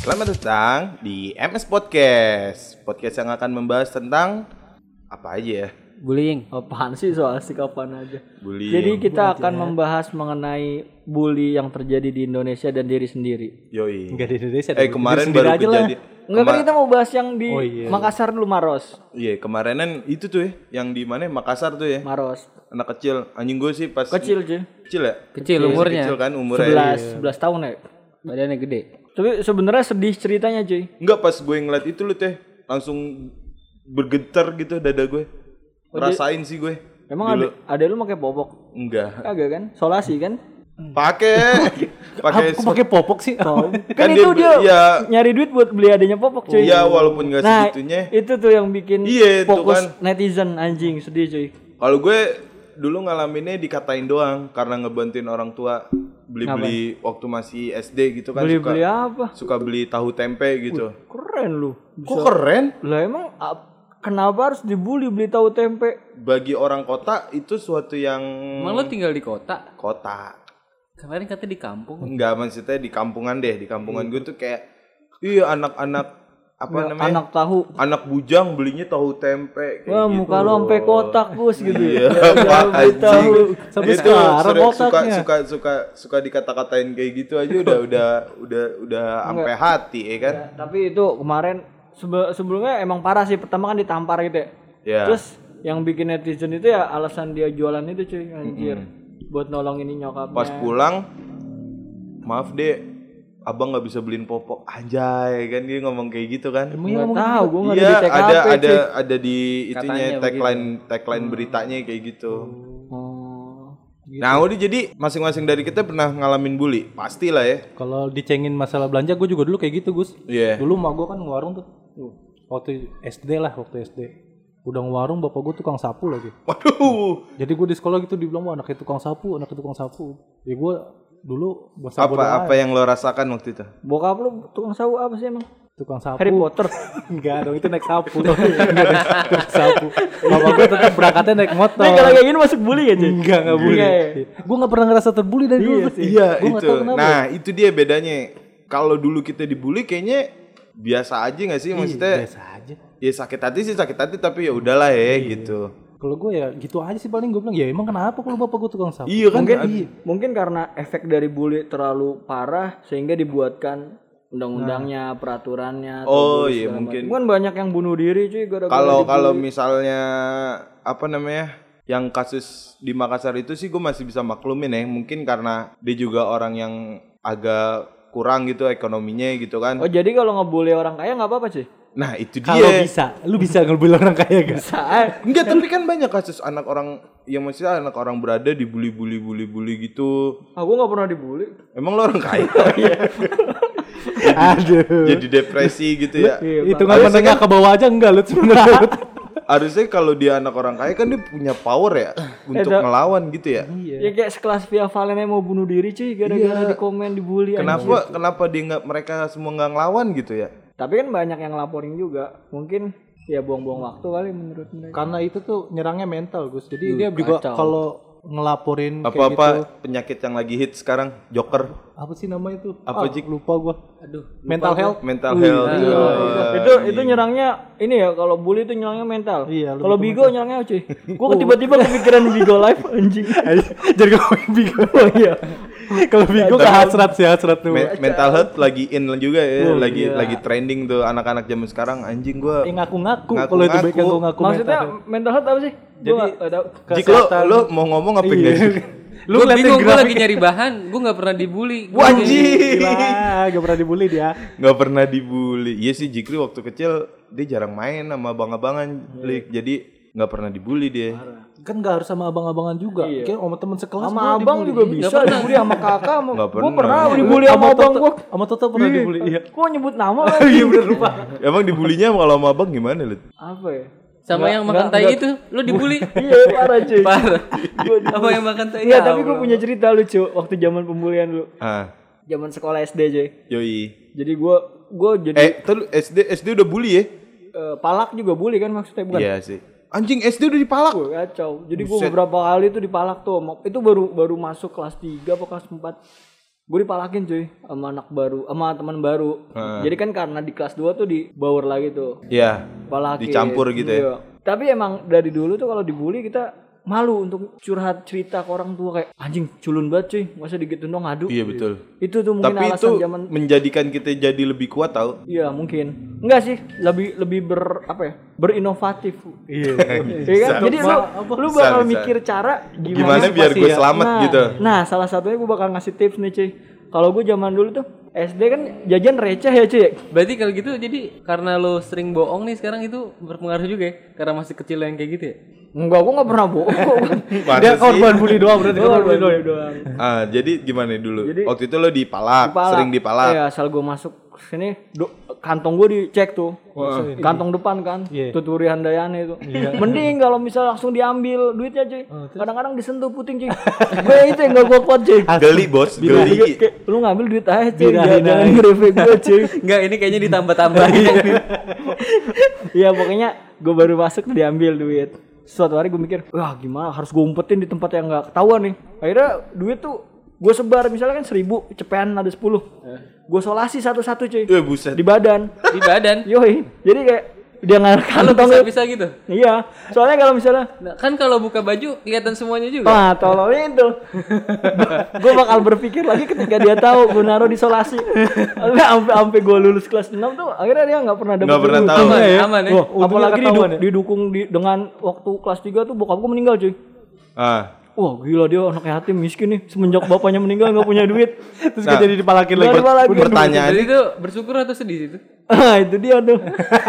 Selamat datang di MS Podcast. Podcast yang akan membahas tentang apa aja ya? Bullying. Apaan sih soal asik apaan aja. Bullying. Jadi kita akan membahas mengenai bully yang terjadi di Indonesia dan diri sendiri. Yoi. Enggak di Indonesia. Kemarin baru kejadian. Enggak kan kita mau bahas yang di iya. Makassar dulu, Maros. Iya, kemarinan itu tuh ya, yang di mana? Makassar tuh ya. Maros. Anak kecil. Anjing gue sih pas Kecil cuy. Kecil ya? Kecil umurnya. Kecil kan umurnya. 11 tahun ya. Badannya gede. Tapi sebenarnya sedih ceritanya cuy. Enggak, pas gue ngeliat itu lu teh langsung bergetar gitu dada gue. Rasain sih gue. Emang ada lu pakai popok? Enggak. Kagak kan? Solasi kan? Pakai Aku pakai popok sih. Kan itu dia nyari duit buat beli adanya popok cuy. Iya, walaupun enggak Nah, segitunya. itu tuh yang bikin Iya, itu fokus kan. netizen anjing sedih cuy. Kalau gue dulu ngalaminnya dikatain doang karena ngebantuin orang tua beli-beli waktu masih SD gitu kan. Beli-beli apa? Suka beli tahu tempe gitu. Keren lu. Kok keren? Lah emang kenapa harus dibully beli tahu tempe? Bagi orang kota itu suatu yang Emang lo tinggal di kota? kota. Kemarin katanya di kampung. Enggak, maksudnya di kampungan deh. Di kampungan gue tuh kayak iya anak-anak apa namanya? Anak tahu. Anak bujang belinya tahu tempe kayak Wah, gitu. muka lo sampai kotak bus gitu. Iya, Ya, Pak tahu. Sampai itu sekarang suka dikata-katain kayak gitu aja udah sampai hati ya kan. Ya, tapi itu kemarin sebelumnya emang parah sih. Pertama kan ditampar gitu ya. Ya. Terus yang bikin netizen itu ya alasan dia jualan itu cuy, anjir. Buat nolong ini nyokapnya. Pas pulang, maaf deh, abang nggak bisa beliin popok, anjay kan dia ngomong kayak gitu kan. Nggak tahu, gue nggak Iya, ada di TKP cuy. ada di itunya Katanya tagline beritanya kayak gitu. Oh. Nah, udah jadi masing-masing dari kita pernah ngalamin bully, pastilah ya. Kalau dicengin masalah belanja, gue juga dulu kayak gitu, Gus. Iya. Dulu mak gue kan ngewarung tuh. Waktu SD. Udah ngewarung, bapak gue tukang sapu lagi. Waduh. Jadi gue di sekolah gitu dibilang, wah anaknya tukang sapu. Ya gue dulu bahasa Apa yang lo rasakan waktu itu? Bokap lu tukang sawu apa sih emang? tukang sapu. Harry Potter. Enggak dong, itu naik sapu. Enggak naik sapu. Bapak gue tetap berangkatnya naik motor. Nah, kalau kayak gini masuk bully ya cuy? Enggak bully. Iya, iya. Gue gak pernah ngerasa terbully dari dulu. Iya, Gua nggak itu. tahu kenapa. Nah, itu dia bedanya. Kalau dulu kita dibully kayaknya biasa aja nggak sih, maksudnya? Biasa aja. Ya sakit hati tapi ya udahlah ya gitu. Kalau gue ya gitu aja sih paling gue bilang, ya emang kenapa kalau bapak gue tukang sapu? Iya kan? Mungkin karena efek dari bully terlalu parah sehingga dibuatkan undang-undangnya, peraturannya. Oh, terus iya, segala mungkin. macam. Kan banyak yang bunuh diri cuy gara-gara Kalau dibully. misalnya apa namanya? Yang kasus di Makassar itu sih gue masih bisa maklumin ya. Mungkin karena dia juga orang yang agak kurang gitu ekonominya gitu kan. Oh, jadi kalau ngebully orang kaya nggak apa-apa cuy? Nah, itu Kalau dia. bisa, lu bisa ngebully orang kaya gak? Enggak, tapi kan banyak kasus anak orang yang maksudnya anak orang berada dibully gitu. Aku nggak pernah dibully. Emang lo orang kaya? Aduh. Jadi depresi gitu ya. Itu nggak menengah ke bawah aja enggak lu sebenarnya. Harusnya kalau dia anak orang kaya kan dia punya power ya untuk ngelawan gitu ya. Ya kayak sekelas Via Valen yang mau bunuh diri cuy gara-gara di komen dibully. Kenapa dia mereka semua nggak ngelawan gitu ya? Tapi kan banyak yang laporin juga. Mungkin ya buang-buang waktu kali menurut mereka. Karena itu tuh nyerangnya mental, Gus. Jadi dia juga kacau. kalau ngelaporin kayak Apa-apa gitu. penyakit yang lagi hit sekarang, Joker. Apa sih namanya itu? Apa, Jik? Lupa gua. Aduh. Mental health. Mental health. Itu nyerangnya ini ya, kalau bully itu nyerangnya mental. Iya, Kalau Bigo nyerangnya apa cuy? Gua tiba-tiba kepikiran Bigo live anjing. Jadi ngomongin Bigo. Oh iya. Kalau Bigo ke hasrat tuh. Mental health lagi in juga ya, lagi trending tuh anak-anak zaman sekarang. Anjing gua. Ngaku-ngaku kalau itu baik yang ngaku. Maksudnya mental health apa sih? Jadi Jik, lo mau ngomong apa enggak? lu Gue bingung, gue grafik. lagi nyari bahan, gue gak pernah dibully. Anjing. Gila, gak pernah dibully dia. Nggak pernah dibully. Iya sih, Jikri waktu kecil dia jarang main sama abang-abangan, Lik. Jadi nggak pernah dibully dia. Kan gak harus sama abang-abangan juga. Kayak sama temen sekelas sama gua abang dibully. juga bisa dibully sama kakak. Nggak Gua pernah. pernah dibully sama abang gua. Sama Toto pernah dibully. Iya. Kok nyebut nama lagi? Iya bener lupa. Emang dibulinya kalau sama abang gimana, Lit? Apa ya? Sama yang makan tai itu, lu dibully. Iya parah cuy. Parah. Apa yang makan tai? Iya tapi gue punya cerita lucu waktu zaman pembulian dulu. Zaman sekolah SD cuy. Yoi. Jadi gue jadi Tuh SD udah bully ya? palak juga bully kan maksudnya bukan? Iya sih. Anjing SD udah dipalak. Gue kacau. Jadi gue beberapa kali tuh dipalak tuh. Itu baru masuk kelas 3 apa kelas 4. Gue dipalakin cuy sama anak baru, sama teman baru. Jadi kan karena di kelas 2 tuh dibaur lagi tuh. Iya. Palakin. Dicampur gitu ya. Iya. Tapi emang dari dulu tuh kalau dibully kita malu untuk curhat cerita ke orang tua kayak anjing culun banget cuy, masa digituin dong ngadu. Iya betul. Itu tuh mungkin Tapi itu alasan zaman. menjadikan kita jadi lebih kuat tau. Iya mungkin. Enggak sih, lebih berinovatif. Iya. Kan? Jadi lu bakal Bisa. mikir cara Gimana biar gue selamat gitu. Nah, salah satunya gue bakal ngasih tips nih, cuy. Kalau gue zaman dulu tuh SD kan jajan receh ya, cuy. Berarti kalau gitu jadi karena lo sering bohong nih sekarang itu berpengaruh juga ya? Karena masih kecil yang kayak gitu ya? Enggak, gue enggak pernah bohong. Dia korban bully doang berarti. Korban bully doang. Jadi gimana dulu? Jadi- Waktu itu lo dipalak, sering dipalak. Iya, asal gue masuk sini kantong gue dicek tuh. Kantong depan kan. Iya. Tuturi Handayani itu. Mending kalau misal langsung diambil duitnya, cuy. Kadang-kadang disentuh puting, cuy. Gue itu yang enggak gue kuat, cuy. Geli bos, geli. Kayak, lu ngambil duit aja, cuy. Birahin Jangan aja. ngerefek gue, cuy. Enggak, ini kayaknya ditambah-tambahin. Iya, pokoknya gue baru masuk tuh diambil duit. Suatu hari gue mikir, wah gimana harus gue umpetin di tempat yang nggak ketahuan nih. Akhirnya duit tuh gue sebar, misalnya kan 1.000, cepean ada 10. Gue solasi satu-satu, cuy. Buset. Di badan. Di badan. Yoi. Jadi kayak dia nggak Kalau kantong. bisa gitu. Iya. Soalnya kalau misalnya Nah, kan kalau buka baju kelihatan semuanya juga. wah, tolong itu. Gue bakal berpikir lagi ketika dia tahu gue naruh di solasi. Sampai gue lulus kelas 6 tuh akhirnya dia nggak pernah dapet Nggak pernah duit. tahu. Aman, Iya, aman ya. Wah, apalagi ketahuan ya? didukung dengan waktu kelas 3 tuh bokap gue meninggal, cuy. Wah gila dia anak yatim miskin nih. Semenjak bapaknya meninggal gak punya duit. Terus gak jadi dipalakin lagi. Nggak dipalakin. Pertanyaan Jadi itu bersyukur atau sedih itu? Itu dia tuh.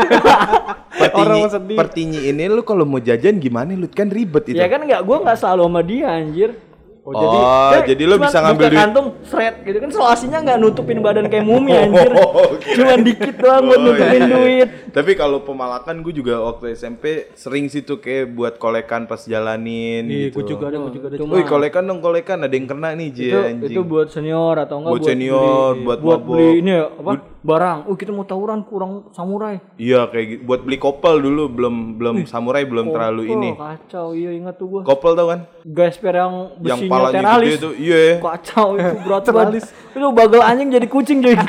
Orang sedih. Pertinyi ini lu kalau mau jajan gimana lu kan ribet itu. Ya kan gue gak selalu sama dia anjir. Jadi lu cuman bisa ngambil buka duit. kantung seret gitu kan, solasinya nggak nutupin badan kayak mumi anjir. Oke. Cuman dikit doang buat nutupin iya. duit. Tapi kalau pemalakan gue juga waktu SMP sering sih tuh kayak buat kolekan pas jalanin Iya, gitu. gue juga ada. Woi kolekan dong kolekan, ada yang kena nih Ji anjing. Itu buat senior atau enggak Buat senior, buat mabok. beli ini ya apa? Barang. Kita mau tawuran kurang samurai. Iya kayak gitu. Buat beli kopel dulu belum samurai belum terlalu ini. Kacau, iya ingat tuh gua. Kopel tau kan? Gasper yang Yang besinya palanya teralis. gede tuh. Iya. Kacau itu berat banget. Itu bagel anjing jadi kucing cuy.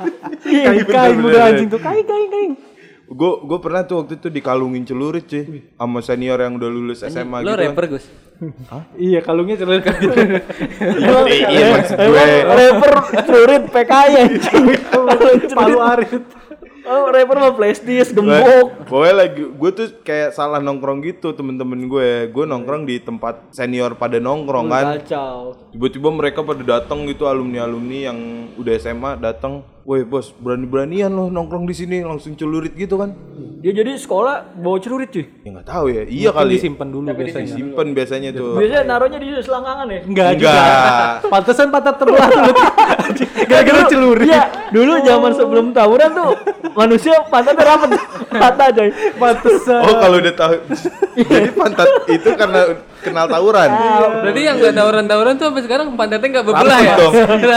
Kain udah anjing tuh. Kain. Gue pernah tuh waktu itu dikalungin celurit cuy sama senior yang udah lulus SMA Lo gitu. rapper, Gus? Iya, kalungnya celurit kan gitu. Iya maksud gue. Rapper celurit PKI anjing. Palu arit. Oh, rapper mah plastis, gembok. Pokoknya lagi gue tuh kayak salah nongkrong gitu temen-temen gue nongkrong di tempat senior pada nongkrong kan. Kacau. Tiba-tiba mereka pada datang gitu alumni yang udah SMA datang. Woi bos, berani-beranian loh nongkrong di sini langsung celurit gitu kan? Dia jadi sekolah bawa celurit cuy. Ya nggak tahu ya. Iya kali. Disimpan dulu biasanya. Disimpan biasanya tuh. Biasanya naruhnya di selangkangan ya. Enggak juga. Enggak. Pantesan patah terbelah tuh. Gara-gara celurit. Iya, dulu zaman sebelum tawuran tuh manusia pantatnya rapet. Patah coy. Pantesan. Oh kalau udah tahu. Jadi pantat itu karena kenal tawuran. Berarti yang gak tawuran-tawuran tuh sampai sekarang pantatnya gak berbelah Rapet ya? dong.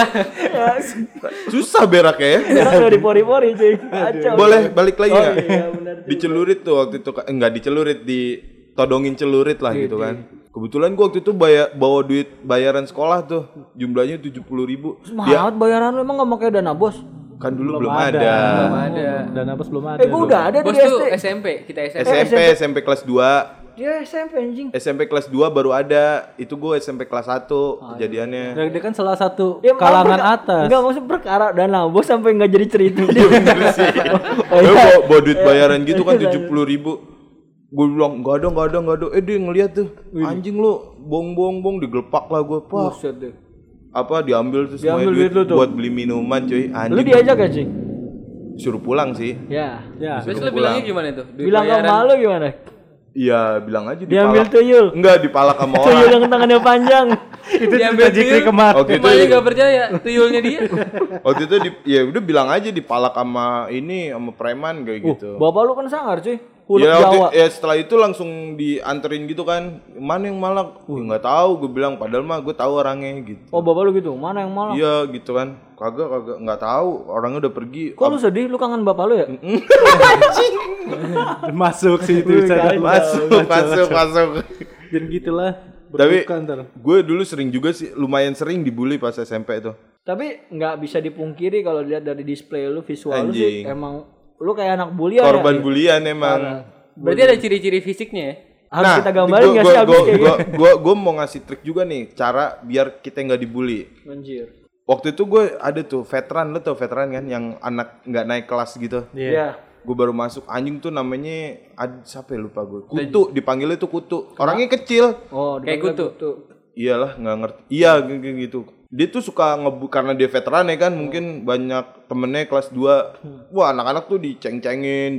Susah beraknya ya. Sekarang udah dipori-pori cuy. Kacau. Boleh balik lagi nggak? Iya benar. Dicelurit tuh waktu itu enggak dicelurit, ditodongin celurit lah gitu Iya. kan. Kebetulan gua waktu itu bawa duit bayaran sekolah tuh jumlahnya 70.000. Mahal bayaran lu emang gak pakai dana bos? Kan dulu belum Belum ada. ada. Dan apa belum ada. Gua udah ada Bos di tuh SD. SMP, kita SMP. SMP kelas 2. Dia SMP anjing. SMP kelas 2 baru ada. Itu gua SMP kelas 1 kejadiannya. Dia kan salah satu Ya, kalangan atas. Enggak maksud perkara dana bos sampai enggak jadi cerita. Gue bawa duit bayaran gitu kan 70.000. Gue bilang nggak ada. Dia ngeliat tuh anjing lu bong digelepak lah gue. Pak Buset deh. apa diambil tuh semua Diambil duit duit lu tuh. buat beli minuman cuy. Anjing. Lu diajak gak sih? Suruh pulang sih. Ya. Ya. Terus lo bilangnya gimana tuh? Duit Bilang ke bayaran. emak lu gimana? Iya bilang aja Diambil dipalak. tuyul. Enggak dipalak sama Tuyul orang. yang tangannya panjang. Itu Diambil cerita Jikri tuyul. kemarin. Waktu itu Emaknya gak percaya, tuyulnya dia. waktu itu ya udah bilang aja dipalak sama sama preman kayak gitu. Bapak lu kan sangar cuy. Udah Ya, Jawa. setelah itu langsung dianterin gitu kan. Mana yang malak? Nggak tahu, gue bilang padahal mah gue tahu orangnya gitu. Oh bapak lu gitu. Mana yang malah? Iya gitu kan. Kagak nggak tahu, orangnya udah pergi. Kok lu sedih? Lu kangen bapak lu ya? Masuk sih itu bisa. Masuk. Dan gitulah. Tapi Berbuka ntar. gue dulu sering juga sih, lumayan sering dibully pas SMP itu. Tapi nggak bisa dipungkiri kalau lihat dari display lu, visual lu sih Anjing. emang lu kayak anak bulian Korban ya. bulian emang. Berarti ada ciri-ciri fisiknya ya? Harus kita gambarin nggak sih abis kayak gitu? Gue mau ngasih trik juga nih, cara biar kita nggak dibully. Anjir. Waktu itu gue ada tuh veteran, lo tau veteran kan, yang anak nggak naik kelas gitu. Iya. Gue baru masuk, anjing tuh namanya siapa ya lupa gue. Kutu, dipanggilnya tuh Kutu. Orangnya kecil. Oh, Kayak dipanggil kutu. Iyalah, nggak ngerti. Iya gitu. Dia tuh suka karena dia veteran ya kan, mungkin banyak temennya kelas 2. Wah, anak-anak tuh diceng-cengin,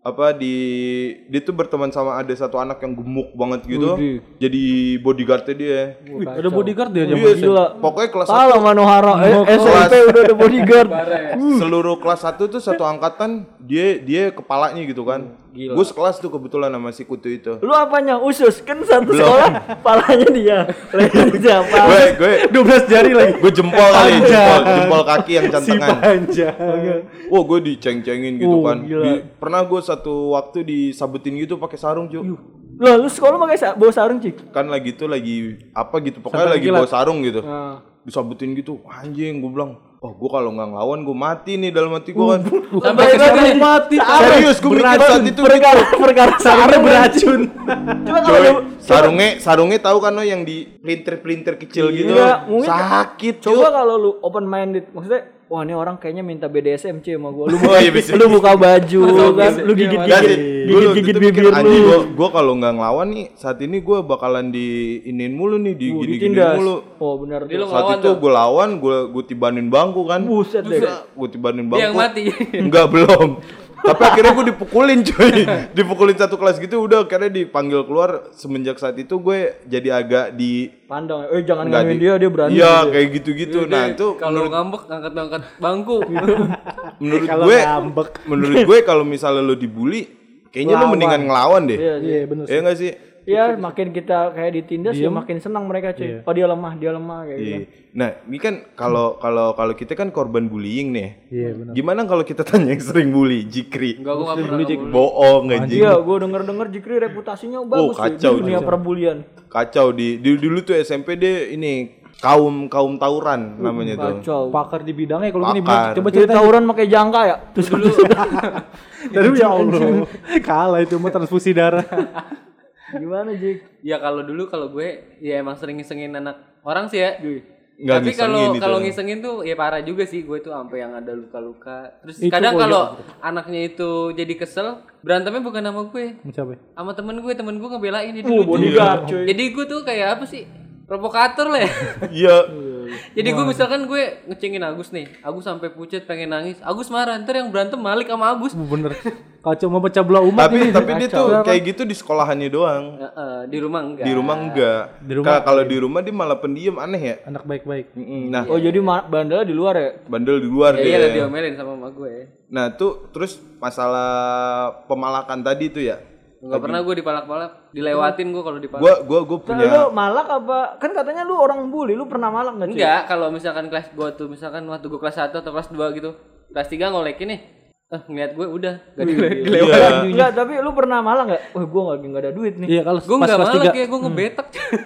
dia tuh berteman sama ada satu anak yang gemuk banget gitu. Widih. Jadi bodyguardnya dia. Wih, ada bodyguard dia Iya, gila. pokoknya kelas Salah Manohara SMP udah ada bodyguard. seluruh kelas 1 tuh satu angkatan dia kepalanya gitu kan. Gue sekelas tuh kebetulan sama si Kutu itu. Lu apanya? Usus? Kan satu sekolah palanya dia. Leher siapa? Gue 12 jari lagi. gue jempol kali, jempol kaki yang cantengan. Panja. Wah, gue diceng-cengin gitu kan. gila. Pernah gue satu waktu disabutin gitu pakai sarung, Cuk. Lah, lu sekolah pakai bawa sarung, Cik? Kan lagi apa gitu, pokoknya lagi bawa sarung gitu. Nah. Disabutin gitu, anjing, gue bilang, oh gue kalau nggak ngelawan gue mati nih dalam hati gue kan. Sampai ke mati. Serius, gue mikir saat itu gitu. Perkara sarung beracun. Coba kalau Coy, lu sarungnya tahu kan lo yang di pelintir kecil gitu. Iya, mungkin Sakit, Cuk. coba kalau lu open minded, maksudnya wah ini orang kayaknya minta BDSM cuy sama gua. Lu Oh, iya, bisa. lu buka baju kan, lu gigit bibir anjing, lu. gua kalau nggak ngelawan nih saat ini gua bakalan diinin mulu nih, digini-gini Ditindas. mulu. Oh benar. Jadi lu Saat ngelawan itu gue lawan, gue tibanin bangku kan. Buset deh. Gue tibanin bangku. Dia yang mati. Enggak, belum. Tapi akhirnya gue dipukulin cuy. Dipukulin satu kelas gitu, udah akhirnya dipanggil keluar. Semenjak saat itu gue jadi agak Pandang, jangan nggak ngomongin dia berani. Iya, kayak gitu-gitu. Nah, itu Kalau ngambek ngangkat-ngangkat bangku. menurut gue kalau misalnya lo dibully, kayaknya lo mendingan ngelawan deh. Iya, Iya, benar. Iya nggak sih? Iya, makin kita kayak ditindas ya makin senang mereka cuy. Oh dia lemah kayak gitu. Iya. Nah, ini kan kalau kita kan korban bullying nih. Iya, benar. Gimana kalau kita tanya yang sering bully, Jikri? Enggak, gua enggak pernah ngebully. Bohong anjing. Iya, gua denger Jikri reputasinya bagus cuy, kacau, di dunia perbulian. Kacau di dulu tuh SMP dia ini kaum tawuran namanya tuh. Kacau. Pakar di bidangnya kalau gini Pakar. coba Dia cerita. tawuran pakai jangka ya. Terus Aduh ya Allah. Kalah itu mah transfusi darah. gimana Jik? Ya kalau dulu kalau gue ya emang sering ngisengin anak orang sih ya. Nggak Tapi ngisengin itu. kalau ngisengin tuh ya parah juga sih, gue tuh sampai yang ada luka-luka. Terus Itu kadang gua kalau anaknya itu jadi kesel, berantemnya bukan sama gue, Mencapai. sama temen gue ngebelain jadi Bodyguard cuy. Jadi gue tuh kayak apa sih? Provokator lah ya. Iya. Jadi gue misalkan gue ngecengin Agus nih, Agus sampai pucet pengen nangis, Agus marah, ntar yang berantem Malik sama Agus. Bener. Kacau mau pecah belah umat ini. Tapi dia tuh kayak gitu di sekolahannya doang. Di rumah enggak. Di rumah enggak. Di rumah- Kalau di rumah dia malah pendiam, aneh ya. Anak baik-baik. Nah, Oh jadi bandelnya di luar ya? bandel di luar Ya iya lah dia. diomelin sama emak gue. Nah, tuh terus masalah pemalakan tadi tuh ya. Enggak pernah gue dipalak-palak, dilewatin gue kalau dipalak. Gua Lu punya malak apa? Kan katanya lu orang bully, lu pernah malak enggak cuy? Enggak, kalau misalkan kelas gue tuh misalkan waktu gue kelas 1 atau kelas 2 gitu. Kelas 3 ngolekin nih. Ngeliat gue udah gak Iya. Enggak, tapi lu pernah malak enggak? Wah, gua enggak ada duit nih. Iya kalau gue pas enggak kelas malah 3. kayak gue ngebetak.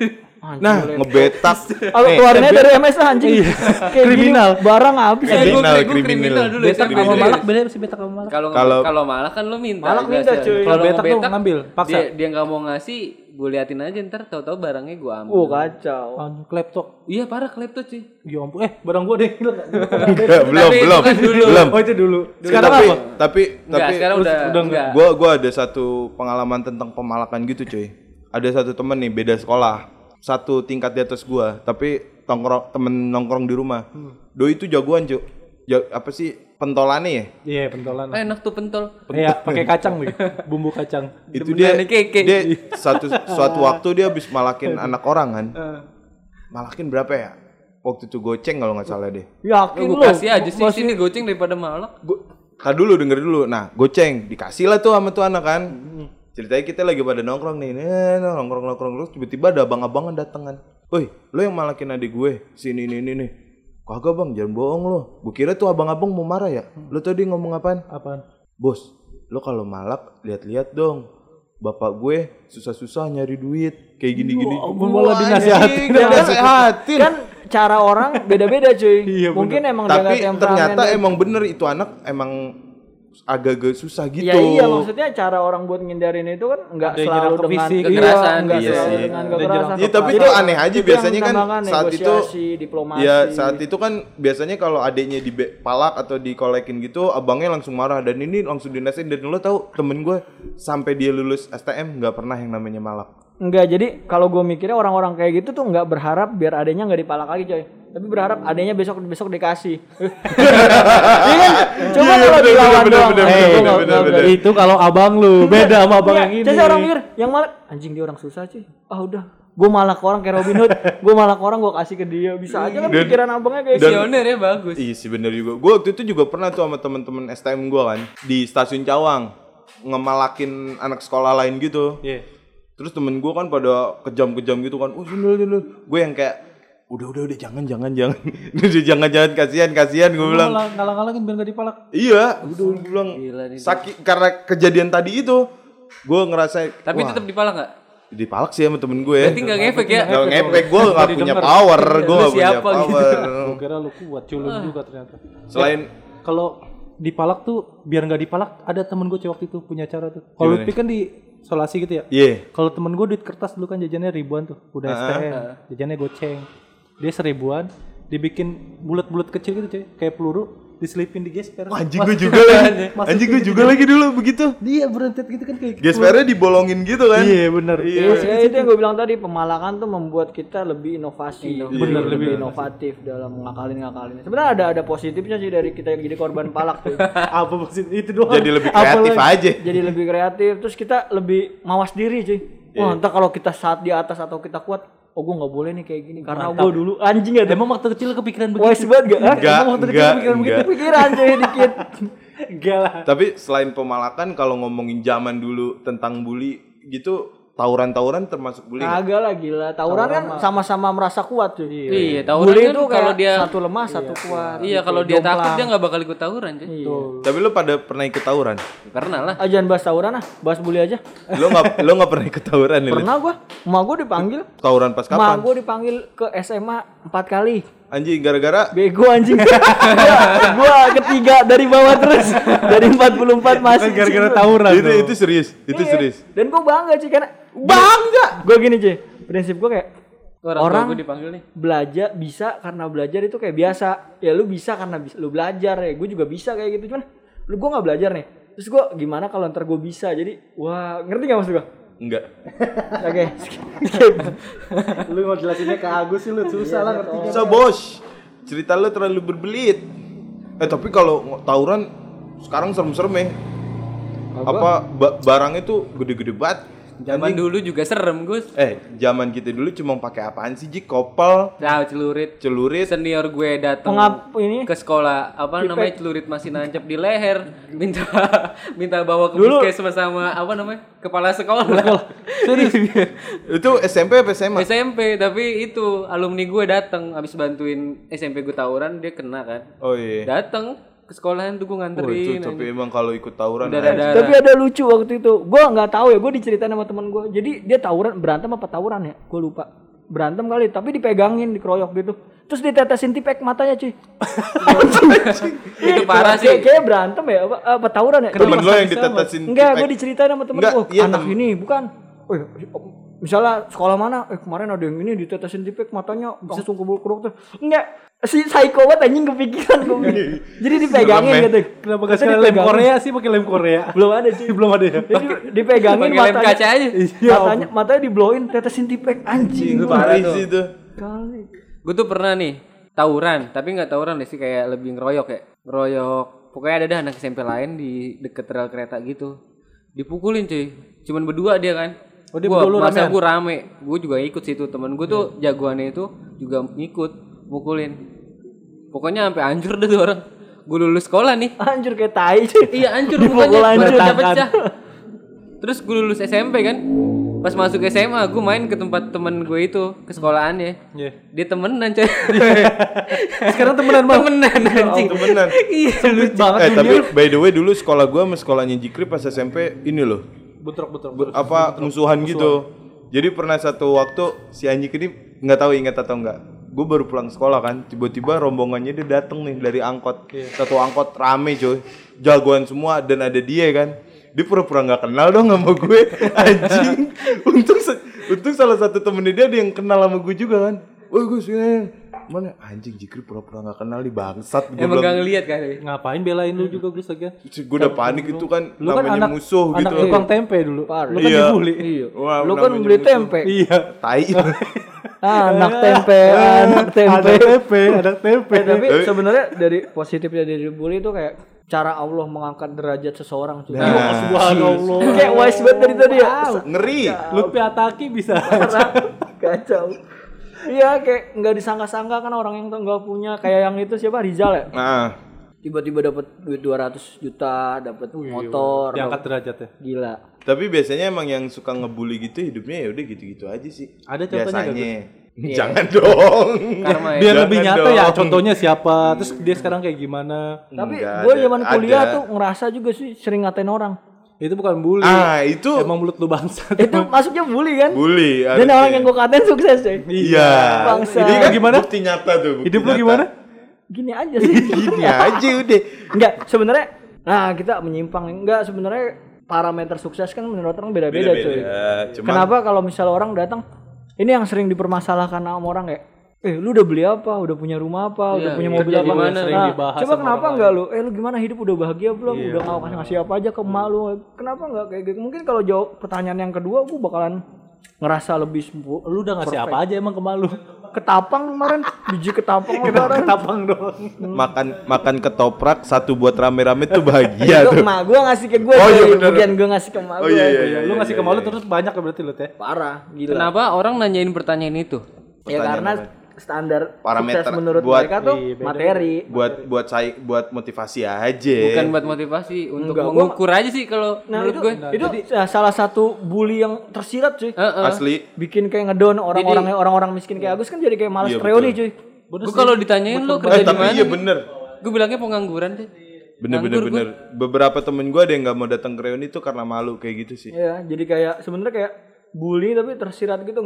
nah, ngebetak. Kalau keluarnya dari MS lah anjing. Kayak Kriminal. gini, barang habis Kayak anjing. gue kriminal dulu Betak SMP. sama malak beda sih betak sama malak. Kalau malah kan lu minta. Malak minta, jelas ya. cuy. Kalau betak tuh ngebetak, ngambil, paksa. Dia enggak mau ngasih, gue liatin aja ntar tahu-tahu barangnya gue ambil. Kacau. Anjing kleptok. Iya parah klepto cuy. Ya ampun. Barang gua deh. Enggak, belum. itu kan dulu. Belum. Oh itu dulu. Sekarang tapi Enggak, sekarang udah enggak. gua ada satu pengalaman tentang pemalakan gitu, cuy. Ada satu temen nih beda sekolah. Satu tingkat di atas gua, tapi temen nongkrong di rumah. Doi itu jagoan, cuy. Apa sih pentolannya ya? Iya pentolan. Enak tuh pentol. Iya pakai kacang nih. Bumbu kacang. Itu Demenannya keke. dia suatu waktu dia habis malakin anak orang kan. Malakin berapa ya? Waktu itu goceng kalau nggak salah deh. Yakin Gue lu? kasih aja sih sini goceng daripada malak. Denger dulu. Nah, goceng dikasih lah tuh sama tuh anak kan. Ceritanya kita lagi pada nongkrong nih, nongkrong terus tiba-tiba ada abang-abangan datangan. Woi, lo yang malakin adik gue, sini nih. Kagak bang, jangan bohong lo. Gue kira tuh abang-abang mau marah ya. Lo tadi ngomong apaan? Apaan? Bos, lo kalau malak lihat-lihat dong. Bapak gue susah-susah nyari duit kayak gini-gini. Malah dinasihatin. Kan cara orang beda-beda cuy. Mungkin emang dia Tapi nggak temperamen ternyata dan- emang bener itu anak emang agak-agak susah gitu. Ya iya, maksudnya cara orang buat ngindarin itu kan nggak Ada yang selalu nyerang ke dengan fisik. Kekerasan. nggak Iya selalu sih. dengan Ada kekerasan. nyerang Iya, tapi Jadi itu aneh aja yang biasanya kan menambahkan saat itu negosiasi, diplomasi. ya saat itu kan biasanya kalau adiknya dipalak atau dikolekin gitu abangnya langsung marah dan ini langsung dinasehatin. Dan lo tahu temen gue sampai dia lulus STM nggak pernah yang namanya malak. Enggak, jadi kalau gue mikirnya orang-orang kayak gitu tuh nggak berharap biar adanya nggak dipalak lagi coy. Tapi berharap adanya besok dikasih. Iya kan? Coba kalau dilawan doang. Itu kalau abang lu beda sama abang Iya, yang ini. jadi orang mikir yang malah anjing dia orang susah cuy. Ah udah, gue malah ke orang kayak Robin Hood, gue malah ke orang gue kasih ke dia. Bisa aja kan pikiran abangnya kayak gitu. Visioner ya bagus. Iya sih bener juga. Gue waktu itu juga pernah tuh sama temen-temen STM gue kan di stasiun Cawang ngemalakin anak sekolah lain gitu. Iya. Terus temen gue kan pada kejam-kejam gitu kan. Oh sini. Gue yang kayak udah jangan jangan kasihan gue bilang. Ngalang-ngalangin biar gak dipalak. Iya, udah gue bilang Gila nih. sakit karena kejadian tadi itu. Gue ngerasa Tapi wah, tetap dipalak nggak? dipalak sih sama temen gue. Berarti nggak ngefek ya? Gak ngepek, gue gak punya power, gue Lu gak punya siapa gitu? power. Gua kira lu kuat, culun juga ternyata. Selain Kalau dipalak tuh biar nggak dipalak ada temen gue waktu itu punya cara tuh. Kalau Gimana? Lutfi kan di isolasi gitu ya. iya. Kalau temen gue duit kertas dulu kan jajannya ribuan tuh, udah STM, jajannya goceng. Dia 1000-an, dibikin bulat-bulat kecil gitu cuy, kayak peluru, diselipin di gesper. Anjing gue juga lagi. Anjing gue juga lagi dulu begitu. Dia berentet gitu kan kayak. Gespernya dibolongin gitu kan. Iya bener. Ya, itu yang gue bilang tadi, pemalakan tuh membuat kita lebih inovasi, Bener, lebih inovatif dalam ngakalin. Sebenarnya ada positifnya sih dari kita yang jadi korban palak tuh. Apa maksud itu doang? Jadi lebih kreatif aja. Jadi lebih kreatif, terus kita lebih mawas diri cuy. Wah, entar kalau kita saat di atas atau kita kuat, oh gue nggak boleh nih kayak gini karena gue dulu anjing ya. Emang waktu kecil kepikiran Wise begitu? banget gak? Enggak, Emang waktu kecil kepikiran begitu? enggak. Pikiran cuy dikit. Enggak lah. Tapi selain pemalakan kalau ngomongin zaman dulu tentang bully gitu, tawuran-tawuran termasuk bully nggak? Agak lah gila. Tawuran kan sama-sama merasa kuat cuy. Iya, tawuran Bully kan itu kalau kayak dia satu lemah, satu kuat. Iya, gitu. kalau dia takut Jomplang. dia nggak bakal ikut tawuran, cuy. Iya. Tapi lu pada pernah ikut tawuran? Pernah lah. Ah, jangan bahas tawuran ah, bahas bully aja. Lo nggak pernah ikut tawuran nih? Lit? Pernah gua, emak gua dipanggil. Tawuran pas Emak kapan? gua dipanggil ke SMA 4 kali. Anjing gara-gara Bego anjing. gua ketiga dari bawah terus. Dari 44 masih. Gara-gara sih gua. tawuran. itu serius, itu Iya. serius. Dan gua bangga sih karena gua gini cuy. Prinsip gua kayak Orang gue dipanggil nih. belajar bisa karena belajar itu kayak biasa. Ya lu bisa karena lu belajar ya. Gue juga bisa kayak gitu cuman lu gua nggak belajar nih. Terus gua gimana kalau ntar gua bisa. Jadi wah, ngerti gak maksud gua? Enggak. Oke. Skip. Lu mau jelasinnya ke Agus sih lu susah lah ngerti. So bos, cerita lu terlalu berbelit. Tapi kalau tawuran sekarang serem-serem ya. Apa barangnya tuh gede-gede banget. Zaman dulu juga serem, Gus. Zaman kita dulu cuma pakai apaan sih, Jik? Kopel, Nah, celurit. celurit. Senior gue datang Ini ke sekolah, apa Cipek. namanya, celurit masih nancep di leher, minta bawa ke Dulu- puskesmas sama apa namanya, kepala sekolah. Itu SMP apa SMA? SMP, tapi itu alumni gue datang habis bantuin SMP gue tawuran, dia kena kan. Oh iya. Datang ke sekolahan tuh gue Oh, nganterin. itu tapi emang kalau ikut tawuran Darah-darah. tapi ada lucu waktu itu. Gua nggak tahu ya, gua diceritain sama teman gua. Jadi dia tawuran, berantem apa tawuran ya? Gua lupa. Berantem kali, tapi dipegangin, dikeroyok gitu. Terus ditetesin tipek matanya, cuy. Itu parah sih. Kayak berantem ya, apa tawuran ya? temen Jadi- lo yang ditetesin Enggak, tipek. gue diceritain sama temen Enggak, gue. iya, Anak tem- ini bukan. Misalnya sekolah mana? Kemarin ada yang ini ditetesin tipek matanya bisa langsung kebul-keruk tuh. Enggak, si psycho banget anjing kepikiran gue. Jadi dipegangin Serem, gitu. Kenapa Terus gak sekalian lem dipegangin. Korea sih pakai lem Korea? Belum ada cuy. Belum ada ya? Jadi dipegangin Pakai lem kaca aja. matanya diblowin, tetesin tipek anjing. Parah sih itu. Kali. Gue tuh pernah nih tawuran, tapi nggak tawuran deh sih, kayak lebih ngeroyok ya. Ngeroyok. Pokoknya ada dah anak SMP lain di deket rel kereta gitu. Dipukulin cuy. Cuman berdua dia kan. Oh, dia Gua berdua, lu masa ramean? gue rame. Gue juga ikut situ. Temen gue tuh jagoannya itu juga ngikut mukulin. Pokoknya sampai hancur deh tuh orang. Gue lulus sekolah nih. Hancur kayak tai cuy. Iya hancur Dipukul mukanya, hancur. pecah-pecah. Terus gue lulus SMP kan. Pas masuk SMA gue main ke tempat temen gue itu, ke sekolahannya. Iya. Dia temenan coy. Sekarang temenan bang. Temenan anjing. Temenan. Iya lucu banget Tapi by the way dulu sekolah gua sama sekolahnya Jikri pas SMP ini loh. Bentrok. Apa musuhan gitu. Jadi pernah satu waktu si Anjik ini nggak tahu ingat atau enggak. gue baru pulang sekolah kan, tiba-tiba rombongannya dia dateng nih dari angkot. Satu angkot rame coy, jagoan semua dan ada dia kan. Dia pura-pura nggak kenal dong sama gue, anjing. Untung salah satu temennya dia yang kenal sama gue juga kan. Woi gue sini, mana anjing Jikri pura-pura nggak kenal di bangsat. Emang gak ngeliat kali. Ngapain belain lu juga Gus lagi? Gue udah panik itu kan, Lu kan namanya anak musuh anak gitu. tukang tempe dulu. Lu kan Iya. dibully. Iya. Wah, Lu kan namanya beli musuh. tempe. Iya. Tai. Anak tempe, anak tempe. Ada tempe. Tapi sebenarnya dari positifnya dari bully itu kayak cara Allah mengangkat derajat seseorang cuy. Subhanallah. Kayak wise banget dari tadi ya. Ngeri. Lutfi Ataki bisa. Kacau. Iya kayak nggak disangka-sangka kan orang yang nggak punya kayak yang itu siapa Rizal ya. Nah, Tiba-tiba dapat duit 200 juta, dapat motor. Diangkat derajatnya. Gila. tapi biasanya emang yang suka ngebully gitu hidupnya ya udah gitu-gitu aja sih. Ada contohnya nggak, biasanya. Jangan dong. Karma ya. Biar lebih Jangan nyata ya dong. contohnya siapa, terus dia sekarang kayak gimana. Tapi Enggak gue ada. zaman kuliah Ada. tuh ngerasa juga sih sering ngatain orang. Itu bukan bully. Itu Emang mulut lu bangsat. Itu masuknya bully kan? bully. Dan harusnya. orang yang gue katain sukses cuy. Iya. Bangsa. Ini kan Gimana? bukti nyata tuh. bukti Hidup lu nyata. gimana? Gini aja sih. Gini aja udah. Enggak, sebenarnya nah kita menyimpang. Enggak, sebenarnya parameter sukses kan menurut orang beda-beda cuy. Cuman Kenapa kalau misal orang datang, ini yang sering dipermasalahkan sama orang kayak, lu udah beli apa? Udah punya rumah apa? Udah Iya, punya iya. mobil Kerja apa? di mana? Sering dibahas Coba sama kenapa orang enggak lu? Lu gimana hidup udah bahagia belum? Iya. Udah ngasih apa aja ke emak lu? Kenapa enggak kayak gitu? Mungkin kalau jawab pertanyaan yang kedua, gue bakalan ngerasa lebih Lu udah ngasih apa aja emang ke malu? ketapang kemarin, biji ketapang kemarin. Ketapang doang. makan ketoprak satu buat rame-rame tuh bahagia Itu tuh. emak gue ngasih ke gue, Oh, iya bener. bukan gue ngasih ke emak Oh, gue. iya. Lu ngasih ke malu terus banyak ya berarti lu teh. Parah, gila. Kenapa orang nanyain pertanyaan itu? Ya karena standar Parameter sukses menurut buat- mereka tuh Iya, beda. materi. buat motivasi aja. Bukan buat motivasi, untuk Enggak, mengukur aja sih kalau Nah menurut itu gue. salah satu bully yang tersirat cuy. Asli. Bikin kayak ngedon orang-orang miskin kayak Agus kan jadi kayak males Iya, reuni betul. cuy. Gue kalau ditanyain lo kerja di Tapi mana? iya bener. Gue bilangnya pengangguran deh. Bener. Beberapa temen gue ada yang nggak mau datang ke reuni tuh karena malu kayak gitu sih. Iya, jadi kayak sebenarnya kayak bully tapi tersirat gitu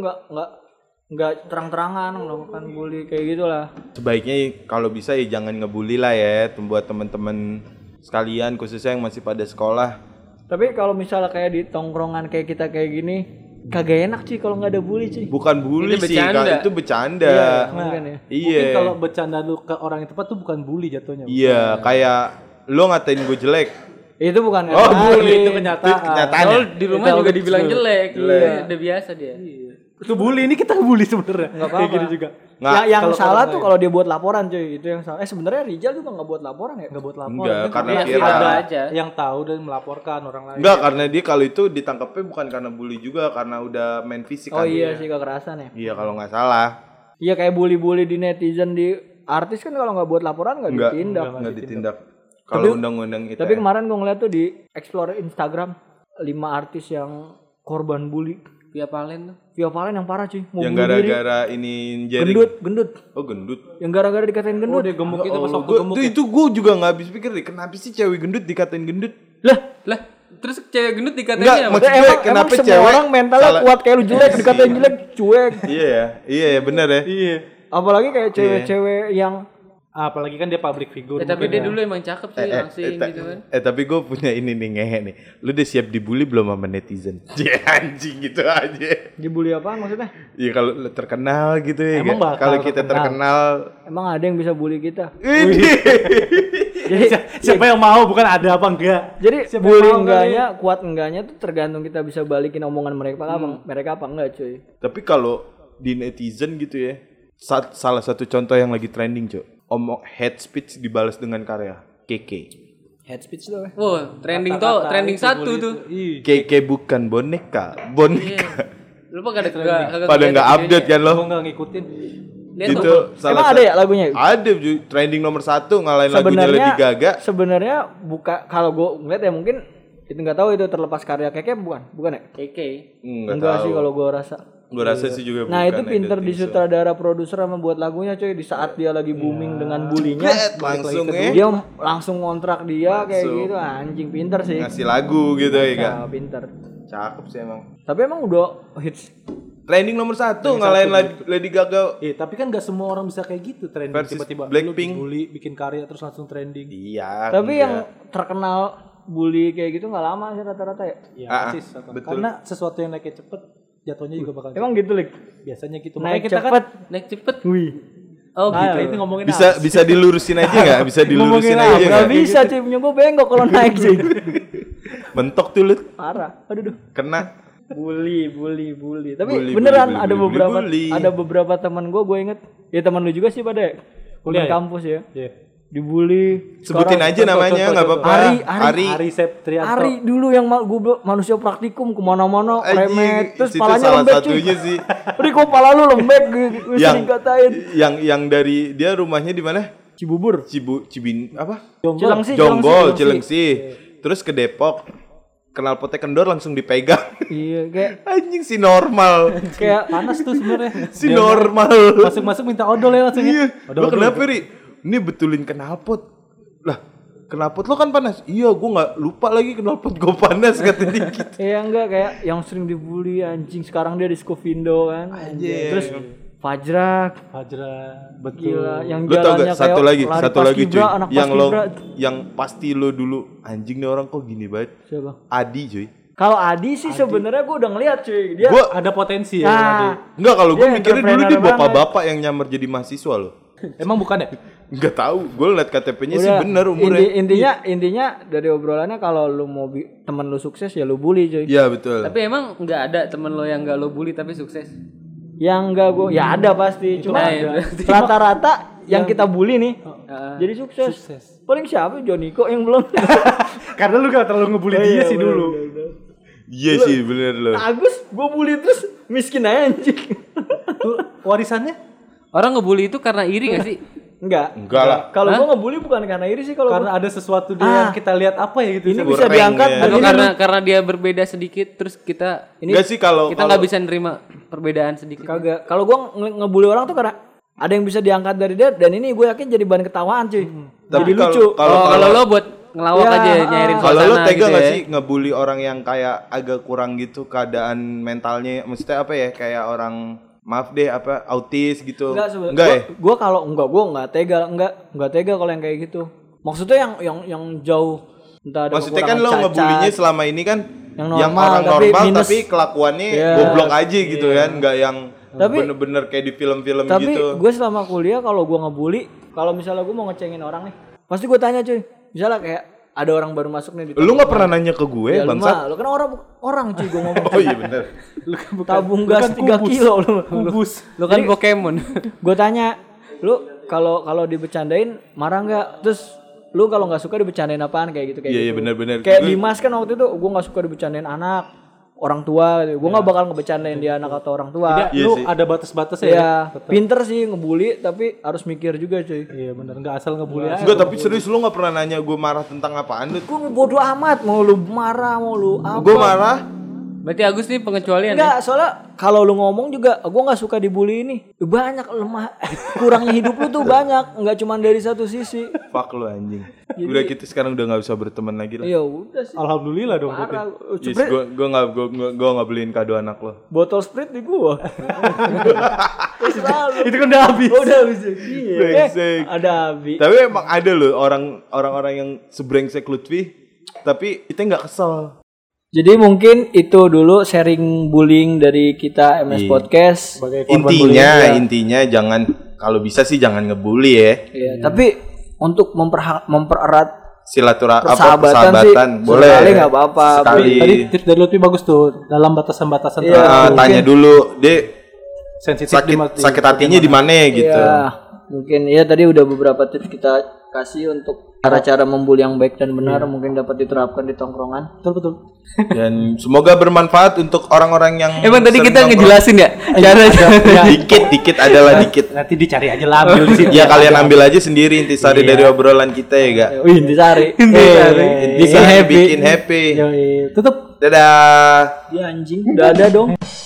nggak terang-terangan melakukan bully kayak gitulah. Sebaiknya kalau bisa ya jangan ngebully lah ya, buat temen-temen sekalian khususnya yang masih pada sekolah. Tapi kalau misalnya kayak di tongkrongan kayak kita kayak gini, kagak enak sih kalau nggak ada bully sih. Bukan bully Itu sih, bercanda. Kak. Itu bercanda. Iya, mungkin ya. Iya. Mungkin kalau bercanda lu ke orang yang tepat tuh bukan bully jatuhnya. Iya, kayak lo ngatain gue jelek. Itu bukan Oh, ngatain. bully Itu kenyataan. Kenyataannya. Kalau di rumah juga dibilang jelek, Iya. udah biasa dia. Itu bully, ini kita bully sebenarnya. Nggak Kayak apa-apa. gini juga. Yang kalau salah orang tuh kalau dia buat laporan cuy, itu yang salah. Sebenarnya Rijal juga nggak buat laporan ya? Nggak buat lapor. Enggak, Kan karena Iya, viral. ada aja. yang tahu dan melaporkan orang lain. Enggak, karena dia kalau itu ditangkapnya bukan karena bully juga, karena udah main fisik Oh kan. iya sih kekerasan ya. Iya, kalau nggak salah. Iya kayak bully-bully di netizen di artis kan kalau nggak buat laporan nggak Enggak, ditindak. enggak ditindak. Kalau undang-undang itu. Tapi kemarin gue ngeliat tuh di explore Instagram 5 artis yang korban bully. Via Valen tuh. Via Valen yang parah cuy, mau yang bunuh diri. gara-gara ini jaring. Gendut. Oh, gendut. Yang gara-gara dikatain gendut. Dia gemuk itu pas Oh, waktu gemuk. itu gue juga nggak habis pikir deh, kenapa sih cewek gendut dikatain gendut? Lah, terus cewek gendut Enggak, dikatain apa? maksud gue emang kenapa semua cewek orang mentalnya salah- kuat kayak lu jelek, dikatain jelek, cuek. Iya ya, benar ya. Iya. Apalagi kayak cewek-cewek yang Apalagi kan dia public figure. Tapi dia mungkin ya. dulu emang cakep sih, langsing gitu kan. Tapi gue punya ini nih ngehe nih. Lu udah siap dibully belum sama netizen? Ya anjing gitu aja. dibully apaan maksudnya? Iya kalau lu terkenal gitu ya. Emang bakal kalau kita terkenal. Emang ada yang bisa bully kita? Ini. Jadi Siapa yang mau, bukan ada apa enggak? jadi Siapa bully yang mau enggaknya, kuat enggaknya tuh tergantung kita bisa balikin omongan mereka apa enggak cuy. Tapi kalau di netizen gitu ya, salah satu contoh yang lagi trending, Cok. Hate speech dibalas dengan karya. Keke. Head speech tuh. Wow, trending tuh, trending satu tuh. Keke bukan boneka. Boneka. Lu pada kagak Pada nggak update kan lo? Gua enggak ngikutin. Lihat Itu tuh. Emang ada ya lagunya? Ada Ju. Trending nomor 1 ngalahin lagunya Lady Gaga. Sebenarnya buka kalau gue ngeliat ya mungkin itu nggak tahu itu terlepas karya Keke bukan ya? Keke. Enggak sih kalau gue rasa. Gue rasa sih juga Nah bukan. itu pinter I don't di think so. sutradara produser sama buat lagunya cuy di saat dia lagi booming dengan bulinya. Langsung ya Dia langsung ngontrak dia kayak gitu anjing pinter sih. ngasih lagu gitu ya Kak. Nah, pinter. Cakep sih emang. Tapi emang udah hits Trending nomor 1 ngalahin Lady Gaga. Tapi kan gak semua orang bisa kayak gitu trending Versus tiba-tiba Blackpink. lu dibully, bikin karya terus langsung trending. Iya. Tapi enggak. yang terkenal bully kayak gitu nggak lama sih rata-rata ya. Iya, persis. betul. Karena sesuatu yang naiknya cepet, jatuhnya juga bakal Emang gitu, Lik? biasanya gitu. Naik Makanya kita cepet. Naik cepet. Wih. Oh Nah, gitu. itu ngomongin Bisa dilurusin aja enggak? Bisa dilurusin aja Nggak enggak? bisa cuy, punya gue bengkok kalau naik sih. Mentok tuh lu. Parah. Aduh. Kena. Bully. Tapi Bully, beneran bully, bully. ada beberapa teman gue inget. Ya teman lu juga sih pada Kuliah teman ya? kampus ya. Iya. Dibully. Sebutin aja namanya enggak apa-apa. Ari. Ari Septrianto. Ari dulu yang gue manusia praktikum kemana-mana Anjing, remet terus itu palanya salah lembek satunya cuy. sih. Udah kok pala lu lembek gue Yang- sering katain. Yang dari dia rumahnya di mana? Cibubur. Cibin apa? Cilengsi. Cilengsi. Terus ke Depok. Knalpotnya kendor langsung dipegang. Iya kayak Anjing si normal. kayak Panas tuh sebenarnya. Si normal. Masuk-masuk minta odol ya langsung. Iya. Lo Odol. kenapa, Ri? Ini betulin knalpot. Lah, knalpot lo kan panas. Iya, gua nggak lupa lagi knalpot gue panas kata dikit. iya enggak kayak yang sering dibully anjing sekarang dia di Skovindo kan. Anjing. Terus Fajrak Fajra, betul. gila yang Lo tau jalannya gak satu kayak lagi, lari satu lagi cuy. paskibra, anak Yang lo, paskibra. yang pasti lo dulu anjing nih orang kok gini banget. Siapa? Adi cuy. Kalau Adi sih sebenarnya gue udah ngeliat cuy dia. Gua Ada potensi ya. Nah, Adi. enggak kalau gue Dia mikirnya dulu entrepreneur dia bapak-bapak yang nyamar jadi mahasiswa lo. Emang bukan ya? Enggak tahu, gue liat KTP-nya sih udah, bener umurnya. intinya dari obrolannya kalau lu mau temen lu sukses ya lu bully cuy. Iya betul. Tapi emang nggak ada temen lo yang nggak lo bully tapi sukses? Yang enggak gue ya ada pasti cuma Nah, ya, berarti. rata-rata yang kita bully nih jadi sukses. Sukses. Paling siapa Joniko yang belum. Karena lu gak terlalu ngebully dia sih dulu. Iya sih bener lo. Agus gue bully terus miskin aja anjing. Tuh warisannya Orang ngebully itu karena iri gak sih? Enggak. Enggak lah. Kalau Hah? gue ngebully bukan karena iri sih kalau karena gua. ada sesuatu dia yang kita lihat apa ya gitu. Ini Goreng bisa diangkat ya. dan Atau ini karena dia berbeda sedikit terus kita Enggak sih kalau kita nggak bisa nerima perbedaan sedikit. kagak. Kalau gue ngebully orang tuh karena ada yang bisa diangkat dari dia dan ini gue yakin jadi bahan ketawaan cuy. Tapi Jadi lucu. Kalau lo buat ngelawak Ya, aja nyairin Kalau suasana lo tega gitu nggak ya. sih ngebully orang yang kayak agak kurang gitu keadaan mentalnya? Maksudnya apa ya? Kayak orang maaf deh apa autis gitu? Enggak ya? Gue nggak tega kalau yang kayak gitu. Maksudnya yang jauh entah ada Maksudnya kan lo kekurangan ngebulinya cacat. selama ini kan Yang yang normal, orang tapi normal minus. tapi kelakuannya Iya. goblok aja gitu kan, nggak yang Tapi- bener-bener kayak di film-film Tapi gitu. gue selama kuliah kalau gue ngebully, kalau misalnya gue mau ngecengin orang nih, pasti gue tanya cuy. Misalnya kayak ada orang baru masuk nih di Lu nggak pernah nanya ke gue, ya, lu bangsat? mah, lu kan orang cuy gue ngomong. Oh iya bener. Tabung gas 3 kilo lu. Kubus. Lo kan Pokemon. Gue tanya, lu kalau dibecandain marah nggak? Terus lu kalau nggak suka dibecandain apaan kayak gitu kayak Iya, gitu. iya, bener-bener. Kayak Gue- Dimas kan waktu itu gue nggak suka dibecandain anak, orang tua. Gitu. Gue nggak bakal ngebecandain dia anak atau orang tua. Dia, Iya lu sih. ada batas-batasnya Ya, ya. pinter sih ngebully tapi harus mikir juga cuy. Iya bener, nggak asal ngebully aja. Enggak, tapi serius lu nggak pernah nanya gue marah tentang apaan lu? Gue bodo amat mau lu marah mau lu apa. Gue marah. Berarti Agus nih pengecualian ya. Enggak, soalnya kalau lu ngomong juga gue nggak suka dibully ini. Banyak lemah kurangnya hidup lu tuh banyak, nggak cuma dari satu sisi. Fuck lu anjing. Udah gitu sekarang udah nggak bisa berteman lagi lah. Ya udah sih. Alhamdulillah dong. berarti. Parah. Yes, Sprite, gue nggak beliin kado anak lo. botol Sprite di gua. Terus lalu. Itu kan udah habis. Oh, udah habis. Iya. Brengsek. Ada habis. Tapi emang ada loh orang-orang yang sebrengsek Lutfi, tapi kita nggak kesel. Jadi mungkin itu dulu sharing bullying dari kita MS Iya. Podcast. Sebagai korban bullying. Intinya jangan, kalau bisa sih jangan ngebully ya. Iya, tapi untuk mempererat Persahabatan sih, boleh. sekali nggak apa-apa. Sekali. Tadi tips dari Lutfi bagus tuh, dalam batasan-batasan Iya. tertentu. Tanya dulu, Dek, Sensitif sakit hatinya di mana gitu. Ya, mungkin ya tadi udah beberapa tips kita kasih untuk cara-cara membuli yang baik dan benar mungkin dapat diterapkan di tongkrongan. Betul. Dan semoga bermanfaat untuk orang-orang yang Emang tadi sering kita nongkrong. ngejelasin ya cara Dikit adalah dikit. Nanti dicari aja lah ambil di situ. Ya kalian ambil aja sendiri intisari Iya. dari obrolan kita ya, Gak? Wih, Intisari. Bikin happy. Yoi. Tutup. Dadah. Dia anjing. Udah ada dong.